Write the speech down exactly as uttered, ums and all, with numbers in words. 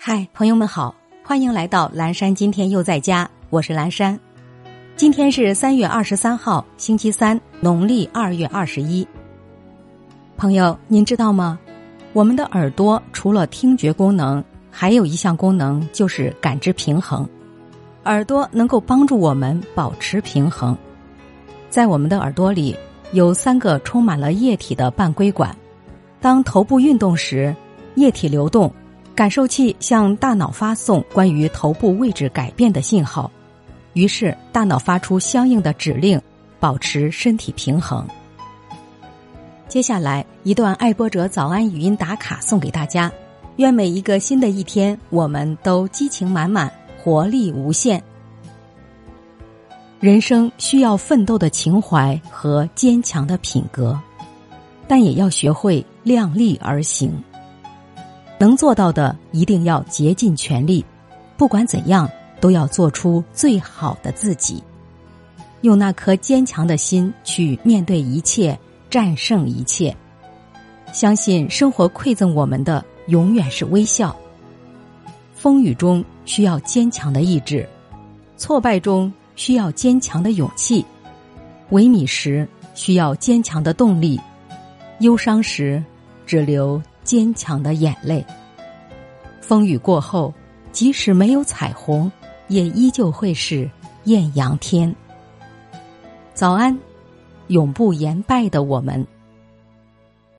嗨，朋友们好，欢迎来到蓝山今天又在家，我是蓝山。今天是三月二十三号，星期三，农历二月二十一。朋友，您知道吗？我们的耳朵除了听觉功能，还有一项功能就是感知平衡。耳朵能够帮助我们保持平衡。在我们的耳朵里有三个充满了液体的半规管，当头部运动时，液体流动，感受器向大脑发送关于头部位置改变的信号，于是大脑发出相应的指令，保持身体平衡。接下来一段爱播者早安语音打卡送给大家，愿每一个新的一天我们都激情满满，活力无限。人生需要奋斗的情怀和坚强的品格，但也要学会量力而行。能做到的一定要竭尽全力，不管怎样都要做出最好的自己，用那颗坚强的心去面对一切，战胜一切。相信生活馈赠我们的永远是微笑。风雨中需要坚强的意志，挫败中需要坚强的勇气，萎靡时需要坚强的动力，忧伤时只留坚强的眼泪。风雨过后，即使没有彩虹，也依旧会是艳阳天。早安，永不言败的我们。